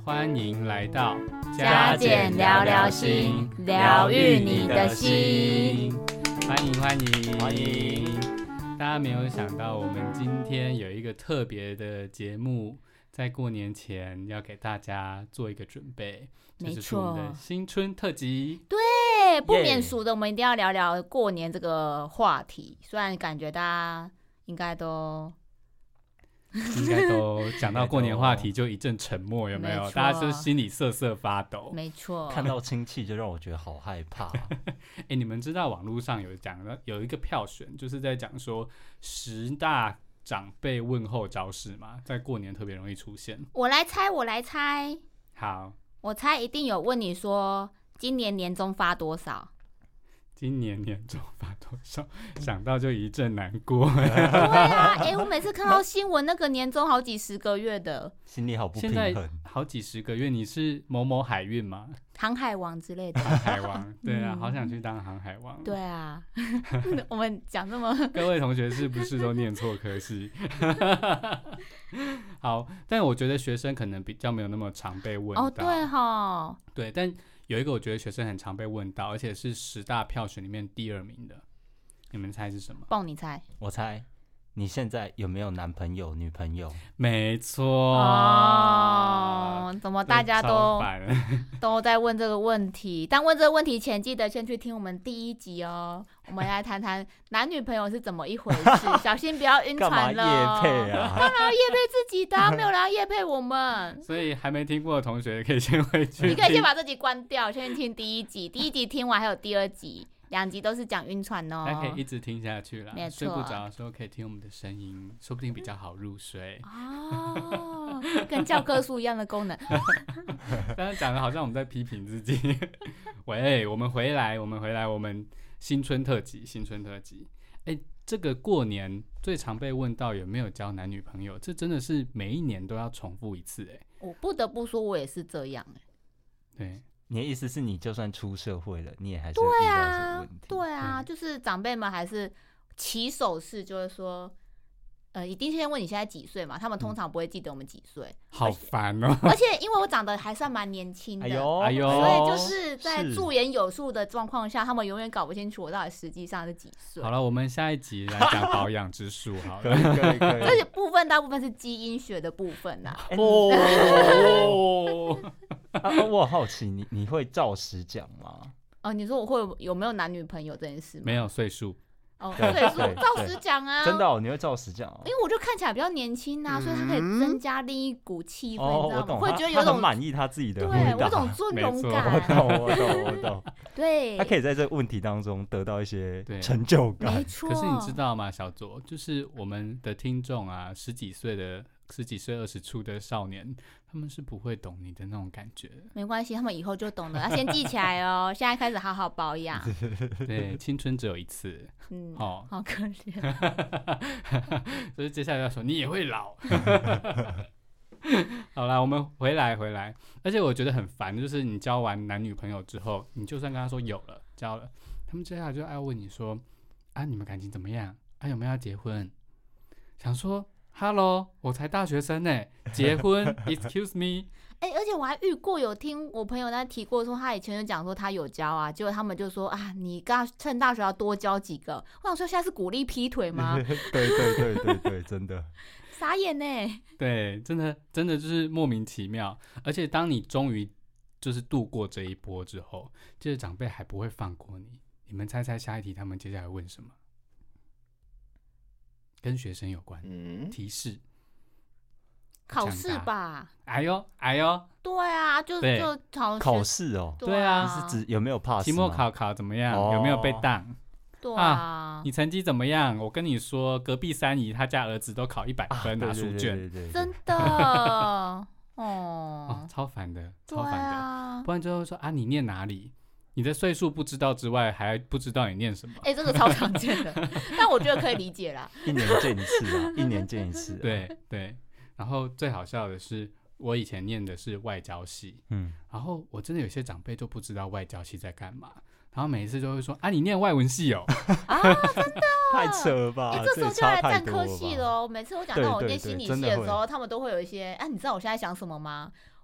欢迎来到加减聊聊心，疗愈你的心。 欢迎！大家没有想到，我们今天有一个特别的节目，在过年前要给大家做一个准备， 没错， 就是我们的新春特辑。 对，不免俗的，我们一定要聊聊过年这个话题。虽然感觉大家应该都讲到过年话题就一阵沉默，有没有？大家就心里瑟瑟发抖。 没错， 看到亲戚就让我觉得好害怕。 你们知道网络上有一个票选，就是在讲说10大长辈问候招式嘛，在过年特别容易出现。 我来猜。 好， 我猜一定有问你说今年年终发多少？ 今年年终发多少？想到就一阵难过。 对啊，我每次看到新闻那个年终好几十个月的， 心里好不平衡。 现在好几十个月，你是某某海运吗？ 航海王之类的。 航海王，对啊，好想去当航海王。 对啊，我们讲这么， 各位同学是不是都念错科系？好，但我觉得学生可能比较没有那么常被问到。 哦，对齁， 对，但有一个我觉得学生很常被问到，而且是10大票选里面第2名的，你们猜是什么？ 帮你猜。 我猜你现在有没有男朋友女朋友？ 没错。 怎么大家都在问这个问题？但问这个问题前，记得先去听我们第1集哦。我们来谈谈男女朋友是怎么一回事，小心不要晕船了。 干嘛业配啊？ 当然要业配自己的，没有人要业配我们。 所以还没听过的同学可以先回去听， 你可以先把这集关掉，先听第1集。第1集听完还有第2集。2集都是讲晕船哦， 大家可以一直听下去啦。 没错， 睡不着的时候可以听我们的声音，说不定比较好入睡。 跟教科书一样的功能。 但是讲的好像我们在批评自己。喂，我们回来，我们新春特辑。这个过年最常被问到有没有交男女朋友，这真的是每一年都要重复一次。 我不得不说，我也是这样。 对。 你的意思是你就算出社会了，你也还是会遇到这个问题？ 对啊，就是长辈们还是起手式，就是说，一定先问你现在几岁嘛？他们通常不会记得我们几岁， 好烦哦。 而且因为我长得还算蛮年轻的， 哎呦， 所以就是在驻颜有术的状况下，他们永远搞不清楚我到底实际上是几岁。 好了，我们下一集来讲保养之术好了。 可以。 这些部分大部分是基因学的部分啦。 我好奇你会照实讲吗？ 你说我有没有男女朋友这件事吗？ 没有岁数。 岁数照实讲啊。 真的你会照实讲因为我就看起来比较年轻啊，所以他可以增加另一股气氛，你知道吗？会觉得有种他很满意他自己的回答， 对，有种尊荣感。 我懂。 对， 他可以在这个问题当中得到一些成就感。 没错。 可是你知道吗，小左，就是我们的听众啊，10几岁、20出的少年，他们是不会懂你的那种感觉。 没关系，他们以后就懂了，要先记起来哦。现在开始好好保养。 对，青春只有一次。 好可怜。 所以接下来要说你也会老。好啦，我们回来。而且我觉得很烦，就是你交完男女朋友之后，你就算跟他说有了，交了，他们接下来就要问你说啊，你们感情怎么样？啊，有没有要结婚？想说 Hello， 我才大学生呢，结婚？Excuse me？ 而且我还遇过有听我朋友在提过说，他以前就讲说他有交啊，结果他们就说啊，你趁大学要多交几个。我想说现在是鼓励劈腿吗？ 对，真的傻眼呢。 对，真的就是莫名其妙。而且当你终于就是度过这一波之后，这些长辈还不会放过你。你们猜下一题他们接下来问什么？跟学生有关。提示。 考试吧。 哎呦。 对啊，就考试哦。 对啊， 是指有没有 pass 吗？ 期末考怎么样？有没有被当？ 对啊， 你成绩怎么样？我跟你说，隔壁3姨他家儿子都考100分拿书卷。 真的。 超烦的。不然就会说啊，你念哪里？你的岁数不知道之外，还不知道你念什么。 这个超常见的，但我觉得可以理解啦。 1年见一次。 对。然后最好笑的是，我以前念的是外交系，然后我真的有些长辈就不知道外交系在干嘛，然后每一次都会说啊，你念外文系哦。 真的太扯了吧？ 这时候就要来占科系了哦。每次我讲到我念心理系的时候，他们都会有一些你知道我现在想什么吗？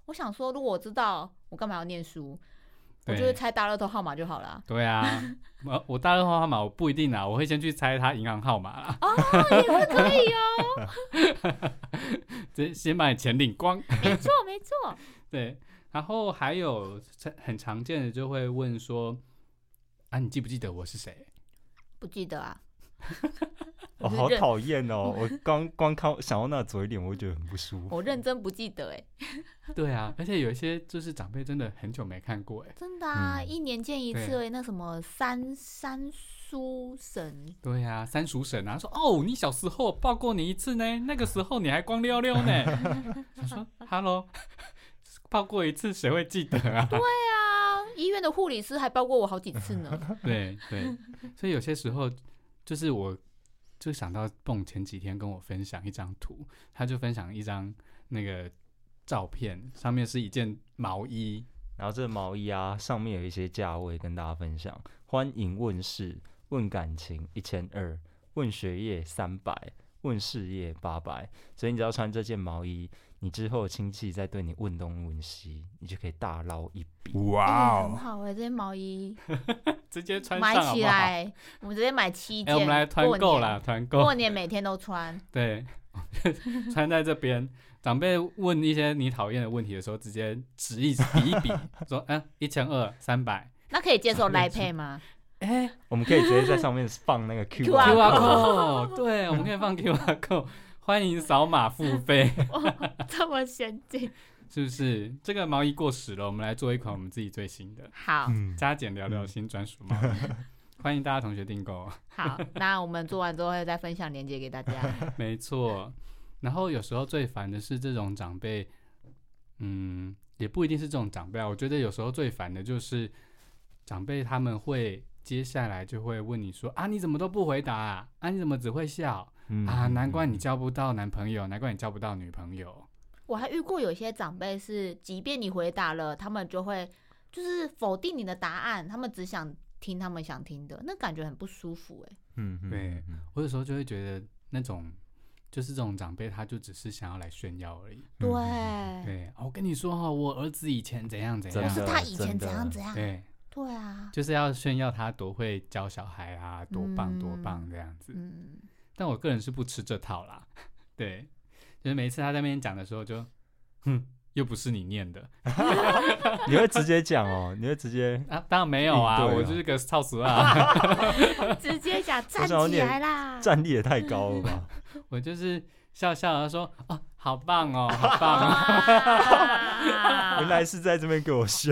我想说，如果我知道，我干嘛要念书？我对就是猜大乐透号码就好了。 对啊，我大乐透号码我不一定拿，我会先去猜他银行号码啦。 哦，也是可以哦。 先把你钱领光。 没错，没错。 对，然后还有很常见的就会问说，啊，你记不记得我是谁？ 不记得啊。 哦，好讨厌哦！我光看想到那嘴脸，我会觉得很不舒服。 我认真不记得对啊，而且有一些就是长辈真的很久没看过真的啊，1年见一次对那什么三叔婶。 对啊，三叔婶啊，说哦，你小时候抱过你一次呢，那个时候你还光溜溜呢。他说 ，Hello， 抱过一次谁会记得啊？ 对啊，医院的护理师还抱过我好几次呢。 对对，所以有些时候就是我就想到蹦前几天跟我分享一张图，他就分享一张那个照片，上面是一件毛衣， 然后这个毛衣啊，上面有一些价位跟大家分享：欢迎问世，问感情1200，问学业300，问事业800。所以你只要穿这件毛衣，你之后亲戚在对你问东问西，你就可以大捞一笔。 哇很好这件毛衣直接穿上买起好不好？ 来，我们直接买7件。 我们来团购啦，团购。 过年每天都穿。 对，穿在这边。长辈问一些你讨厌的问题的时候，直接比一比，说1200、300。 那可以接受来配吗？ 我们可以直接在上面放那个 QR code， 对，我们可以放 QR code， 欢迎扫码付费。 这么先进， 是不是？这个毛衣过时了，我们来做一款我们自己最新的， 好， 加减聊聊新专属毛衣，欢迎大家同学订购。 好，那我们做完之后会再分享链接给大家。 没错，然后有时候最烦的是这种长辈，也不一定是这种长辈啊，我觉得有时候最烦的就是长辈他们会接下来就会问你说啊，你怎么都不回答啊？啊，你怎么只会笑？啊，难怪你交不到男朋友，难怪你交不到女朋友。 我还遇过有些长辈是，即便你回答了，他们就会就是否定你的答案，他们只想听他们想听的，那感觉很不舒服对，我有时候就会觉得那种就是这种长辈，他就只是想要来炫耀而已。 对， 对，我跟你说哈，我儿子以前怎样怎样， 是他以前怎样怎样。 对。 对啊， 就是要炫耀他多会教小孩啊，多棒多棒这样子。但我个人是不吃这套啦。对，就是每一次他在那边讲的时候就，又不是你念的。 你会直接讲哦？你会直接啊？当然没有啊，我就是个操死啊！ 直接讲站起来啦！ 战力也太高了吧？ 我就是笑笑的说，哦，好棒哦，好棒哦！ 原来是在这边给我笑。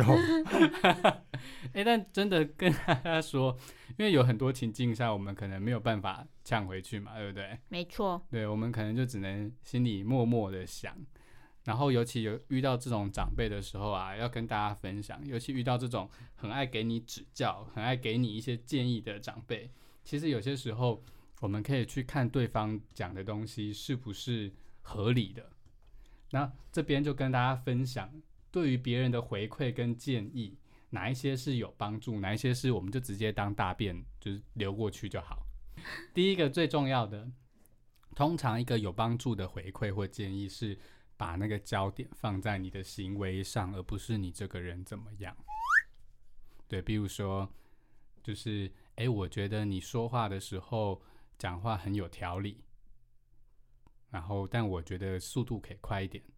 但真的跟大家说，因为有很多情境下，我们可能没有办法呛回去嘛，对不对？ 没错。 对，我们可能就只能心里默默的想。然后尤其有遇到这种长辈的时候啊，要跟大家分享，尤其遇到这种很爱给你指教、很爱给你一些建议的长辈，其实有些时候我们可以去看对方讲的东西是不是合理的。那这边就跟大家分享，对于别人的回馈跟建议，哪一些是有帮助，哪一些是我们就直接当大便就是流过去就好。第一个最重要的，通常一个有帮助的回馈或建议是把那个焦点放在你的行为上，而不是你这个人怎么样。对，比如说就是我觉得你说话的时候讲话很有条理，然后但我觉得速度可以快一点。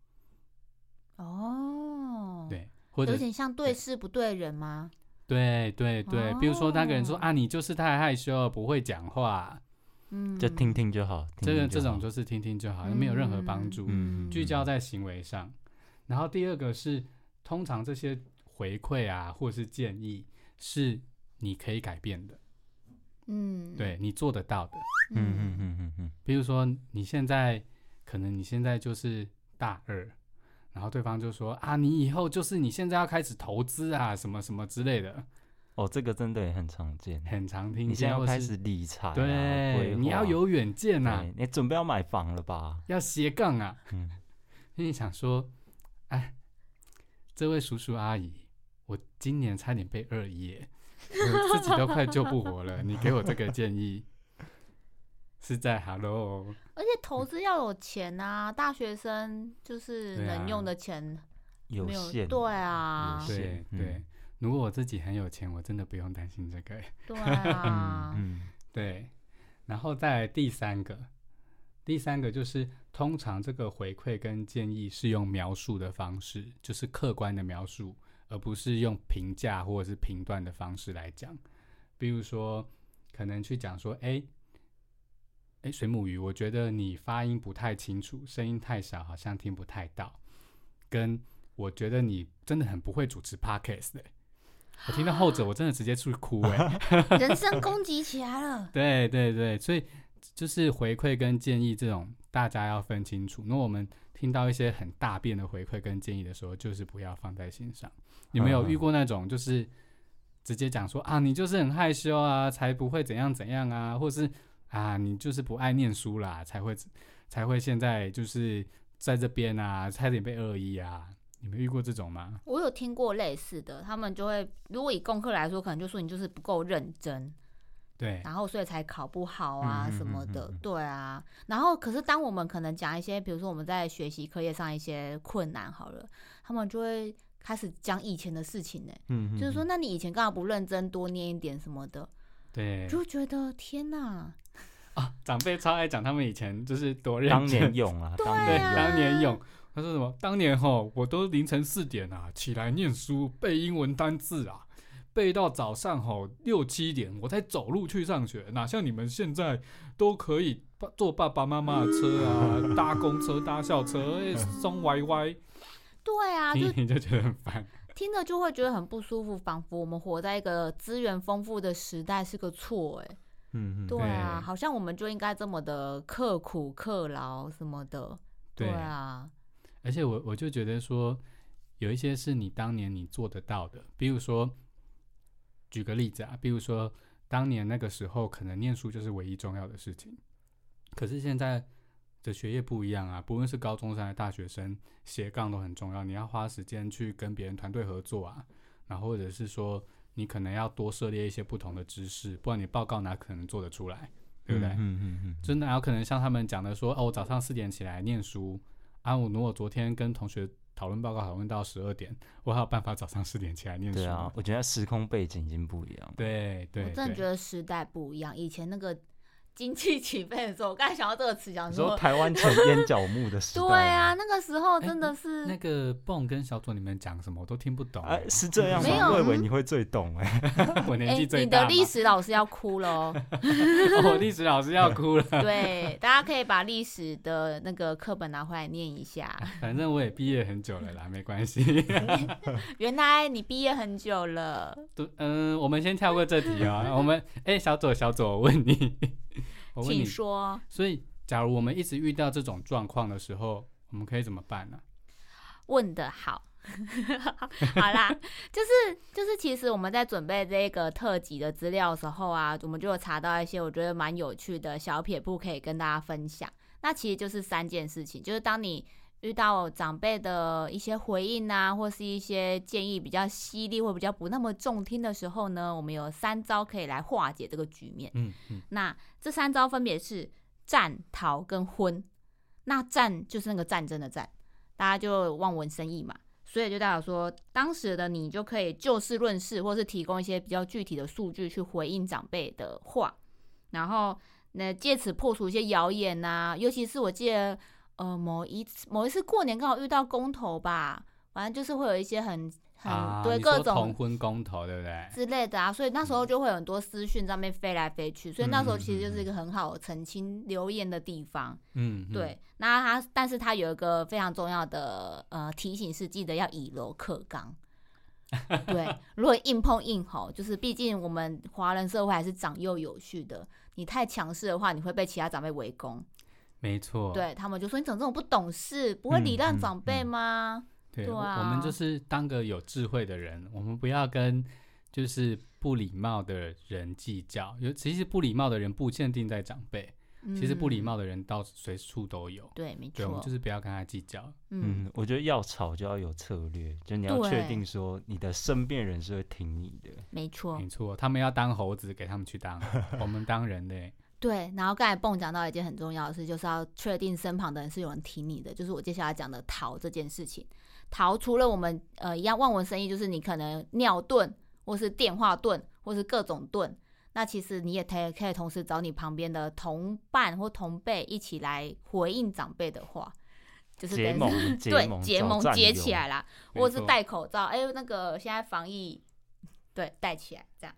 对，或者有点像对事不对人吗？ 对对对，比如说那个人说啊，你就是太害羞了，不会讲话， 就听听就好。 这种就是听听就好，没有任何帮助。聚焦在行为上。然后第二个是，通常这些回馈啊，或是建议是你可以改变的，对你做得到的。比如说你现在就是大2。然后对方就说啊，你以后就是你现在要开始投资啊，什么什么之类的。 这个真的也很常见， 很常听见。 你现在要开始理财啊， 对，你要有远见啊， 你准备要买房了吧？ 要斜杠啊。因为想说，这位叔叔阿姨，我今年差点被2亿，我自己都快救不活了，你给我这个建议。是在 Hello， 而且投资要有钱啊，大学生就是能用的钱没有有限， 对啊， 有限对，如果我自己很有钱，我真的不用担心这个。 对啊， 对，然后再来第三个就是通常这个回馈跟建议是用描述的方式，就是客观的描述，而不是用评价或者是评断的方式来讲。比如说可能去讲说水母鱼，我觉得你发音不太清楚，声音太小，好像听不太到，跟我觉得你真的很不会主持 podcast 我听到后者我真的直接去哭人身攻击起来了。 对对对，所以就是回馈跟建议这种大家要分清楚。那我们听到一些很大便的回馈跟建议的时候，就是不要放在心上。你们有遇过那种就是直接讲说你就是很害羞啊，才不会怎样怎样啊，或是你就是不爱念书啦，才会现在就是在这边啊，差点被恶意啊。你们遇过这种吗？ 我有听过类似的，他们就会如果以功课来说，可能就说你就是不够认真， 对， 然后所以才考不好啊什么的，对啊。然后可是当我们可能讲一些，比如说我们在学习课业上一些困难好了，他们就会开始讲以前的事情就是说那你以前干嘛不认真多念一点什么的， 对， 就觉得天哪长辈超爱讲他们以前就是多认真， 当年勇啊， 对当年勇。他说什么？当年我都凌晨4点起来念书背英文单字背到早上6、7点，我才走路去上学，哪像你们现在都可以坐爸爸妈妈的车搭公车搭校车，松歪歪。 对啊， 听就觉得很烦， 听着就会觉得很不舒服，仿佛我们活在一个资源丰富的时代是个错对啊，好像我们就应该这么的刻苦克劳什么的，对啊。 而且我就觉得说，有一些是你当年你做得到的，比如说，举个例子比如说当年那个时候可能念书就是唯一重要的事情，可是现在的学业不一样不论是高中生还是大学生，斜杠都很重要，你要花时间去跟别人团队合作然后或者是说你可能要多涉猎一些不同的知识，不然你报告哪可能做得出来，对不对？真的有可能像他们讲的说我早上4点起来念书我如果昨天跟同学讨论报告讨论到12点，我还有办法早上4点起来念书。 对啊，我觉得时空背景已经不一样了。 对， 我真的觉得时代不一样，以前那个经济起飞的时候，我刚才想到这个词，想说台湾前烟角木的时代。 对啊，那个时候真的是那个蹦跟小左你们讲什么我都听不懂是这样吗？ 没有， 我以为你会最懂我年纪最大你的历史老师要哭了我历史老师要哭了对，大家可以把历史的那个课本拿回来念一下反正我也毕业很久了啦，没关系原来你毕业很久了我们先跳过这题我们小左我问你请说。 所以假如我们一直遇到这种状况的时候，我们可以怎么办呢？ 问得好好啦，就是其实我们在准备这个特辑的资料的时候我们就有查到一些我觉得蛮有趣的小撇步可以跟大家分享。那其实就是3件事情，就是当你遇到长辈的一些回应或是一些建议比较犀利或比较不那么中听的时候呢，我们有3招可以来化解这个局面。那这3招分别是战、逃跟昏。那战就是那个战争的战，大家就望文生义嘛，所以就代表说当时的你就可以就事论事，或是提供一些比较具体的数据去回应长辈的话，然后借此破除一些谣言尤其是我记得某一次过年刚好遇到公投吧，反正就是会有一些很对各种同婚公投对不对之类的所以那时候就会有很多私讯上面飞来飞去，所以那时候其实就是一个很好的澄清留言的地方。对，那但是它有一个非常重要的提醒是，记得要以柔克刚。对，如果硬碰硬就是毕竟我们华人社会还是长幼有序的，你太强势的话，你会被其他长辈围攻。 没错， 对，他们就说你怎么这种不懂事，不会礼让长辈吗？ 对啊， 我们就是当个有智慧的人，我们不要跟就是不礼貌的人计较。其实不礼貌的人不限定在长辈，其实不礼貌的人到随处都有。 对，没错。 对，我们就是不要跟他计较。 我觉得要吵就要有策略，就你要确定说你的身边人是会听你的。 没错， 没错，他们要当猴子，给他们去当，我们当人类。 对，然后刚才蹦讲到一件很重要的事，就是要确定身旁的人是有人挺你的，就是我接下来讲的逃这件事情。逃除了我们一样望文生义，就是你可能尿遁，或是电话遁，或是各种遁。那其实你也可以同时找你旁边的同伴或同辈一起来回应长辈的话，就是结盟对结盟找战友结起来啦， 没错或者是戴口罩，那个现在防疫，对，戴起来这样。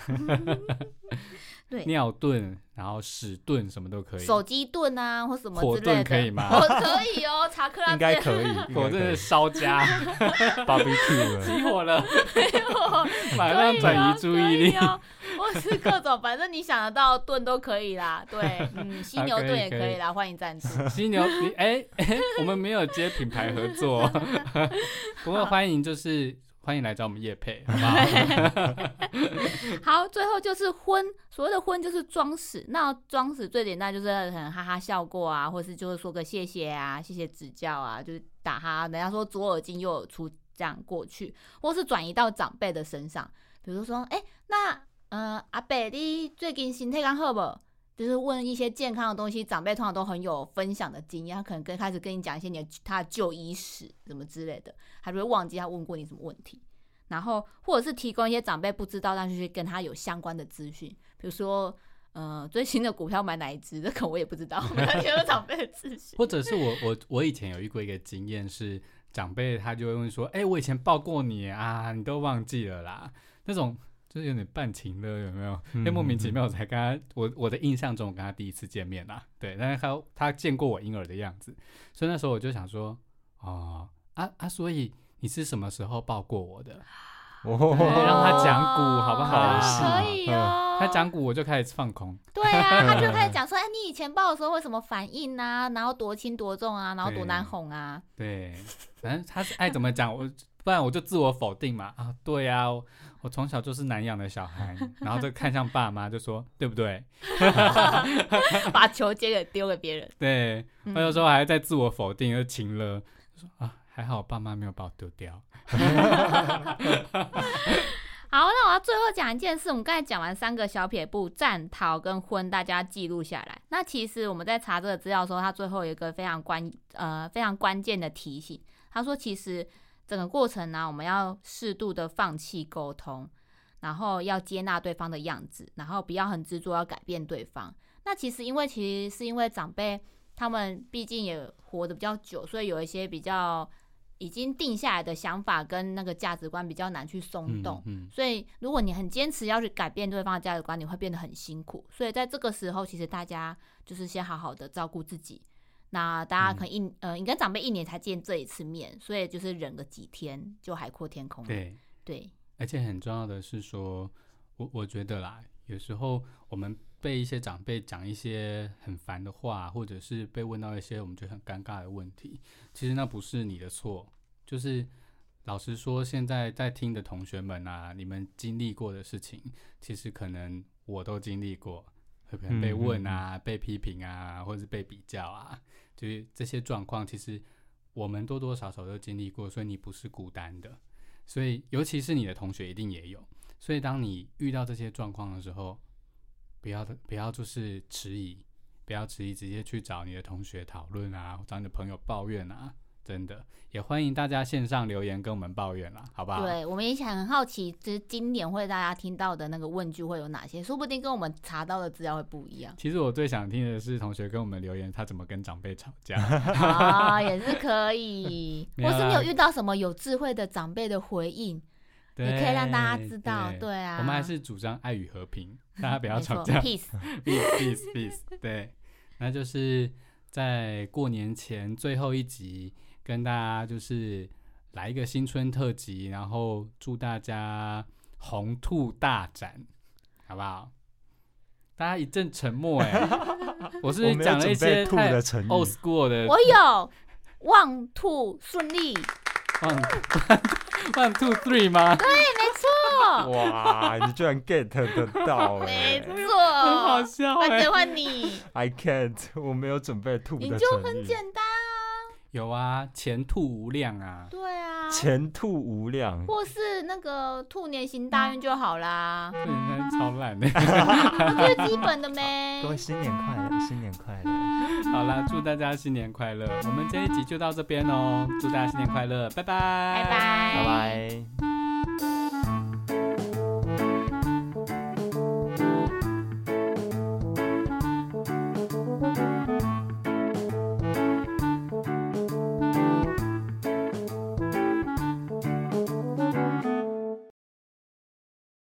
对， 尿遁，然后屎遁什么都可以。 手机盾啊，或什么火之类的， 遁可以吗可以哦，查克拉应该可以， 火真的烧家 barbecue 了。 起火了，马上转移注意力。 可以哦，或是各种，反正你想得到盾都可以啦。对，犀牛盾也可以啦，欢迎赞助。 犀牛，我们没有接品牌合作，不过欢迎来找我们业配，好不好？ 好，最后就是婚，所谓的婚就是装死。那装死最简单就是可能哈哈笑过啊，或是就是说个谢谢啊，谢谢指教啊，就是打哈，人家说左耳进右耳出这样过去，或是转移到长辈的身上，比如说，那阿伯你最近身体刚好不？就是问一些健康的东西，长辈通常都很有分享的经验，他可能开始跟你讲一些他的就医史什么之类的，他就会忘记他问过你什么问题，然后或者是提供一些长辈不知道但是跟他有相关的资讯，比如说最新的股票买哪一支，这个我也不知道，我要提供长辈的资讯。 或者是我以前有遇过一个经验是，长辈他就会问说，我以前抱过你啊，你都忘记了啦，那种。就是有点半情了，有没有？莫名其妙我才跟他，我的印象中我跟他第一次见面啦，对，但是他见过我婴儿的样子，所以那时候我就想说，所以你是什么时候抱过我的？让他讲古好不好？ 可以哦。 他讲古我就开始放空。 对啊，他就开始讲说，你以前抱的时候会什么反应啊？然后多轻多重啊？然后多难哄啊？ 对，反正他是爱怎么讲不然我就自我否定嘛。对啊，我从小就是难养的小孩，然后就看向爸妈就说对不对？ 把球给丢给别人。 对，我有时候还在自我否定，又情了，说还好爸妈没有把我丢掉。 好，那我要最后讲一件事，我们刚才讲完3个小撇步，战、逃跟婚，大家记录下来。那其实我们在查这个资料的时候，他最后有一个非常关键的提醒，他说其实整个过程呢，我们要适度的放弃沟通，然后要接纳对方的样子，然后不要很执着要改变对方。那其实是因为长辈他们毕竟也活得比较久，所以有一些比较已经定下来的想法跟那个价值观比较难去松动，所以如果你很坚持要去改变对方的价值观，你会变得很辛苦。所以在这个时候，其实大家就是先好好的照顾自己。那大家可能你跟长辈1年才见这一次面，所以就是忍个几天就海阔天空了。对， 而且很重要的是说，我觉得啦，有时候我们被一些长辈讲一些很烦的话，或者是被问到一些我们觉得很尴尬的问题，其实那不是你的错。就是老实说，现在在听的同学们啊，你们经历过的事情，其实可能我都经历过，可能被问啊，被批评啊，或者是被比较啊，就是这些状况，其实我们多多少少都经历过，所以你不是孤单的。所以尤其是你的同学一定也有，所以当你遇到这些状况的时候，不要就是迟疑，不要迟疑，直接去找你的同学讨论啊，找你的朋友抱怨啊，真的也欢迎大家线上留言跟我们抱怨啦，好不好？ 对，我们也很好奇，就是今年会大家听到的那个问句会有哪些，说不定跟我们查到的资料会不一样。 其实我最想听的是同学跟我们留言，他怎么跟长辈吵架也是可以，或是你有遇到什么有智慧的长辈的回应，也可以让大家知道。对啊， 我们还是主张爱与和平，大家不要吵架。 peace peace。对，那就是在过年前最后一集，跟大家就是来一个新春特辑，然后祝大家红兔大展，好不好？大家一阵沉默我是讲了一些太 old school 的。 我有望兔顺利 ，1 2 3吗？ 对，没错。 哇，你居然 get 得到没错， 很好笑换你。 I can't， 我没有准备兔的成语。 你就很简单啊。 有啊，前途无量啊。 对啊， 前途无量。 或是那个兔年行大运就好啦， 这人超烂的。 这是基本的咩各。位新年快乐，新年快乐！ 好啦，祝大家新年快乐！我们这一集就到这边哦，祝大家新年快乐，拜拜， 拜拜拜拜。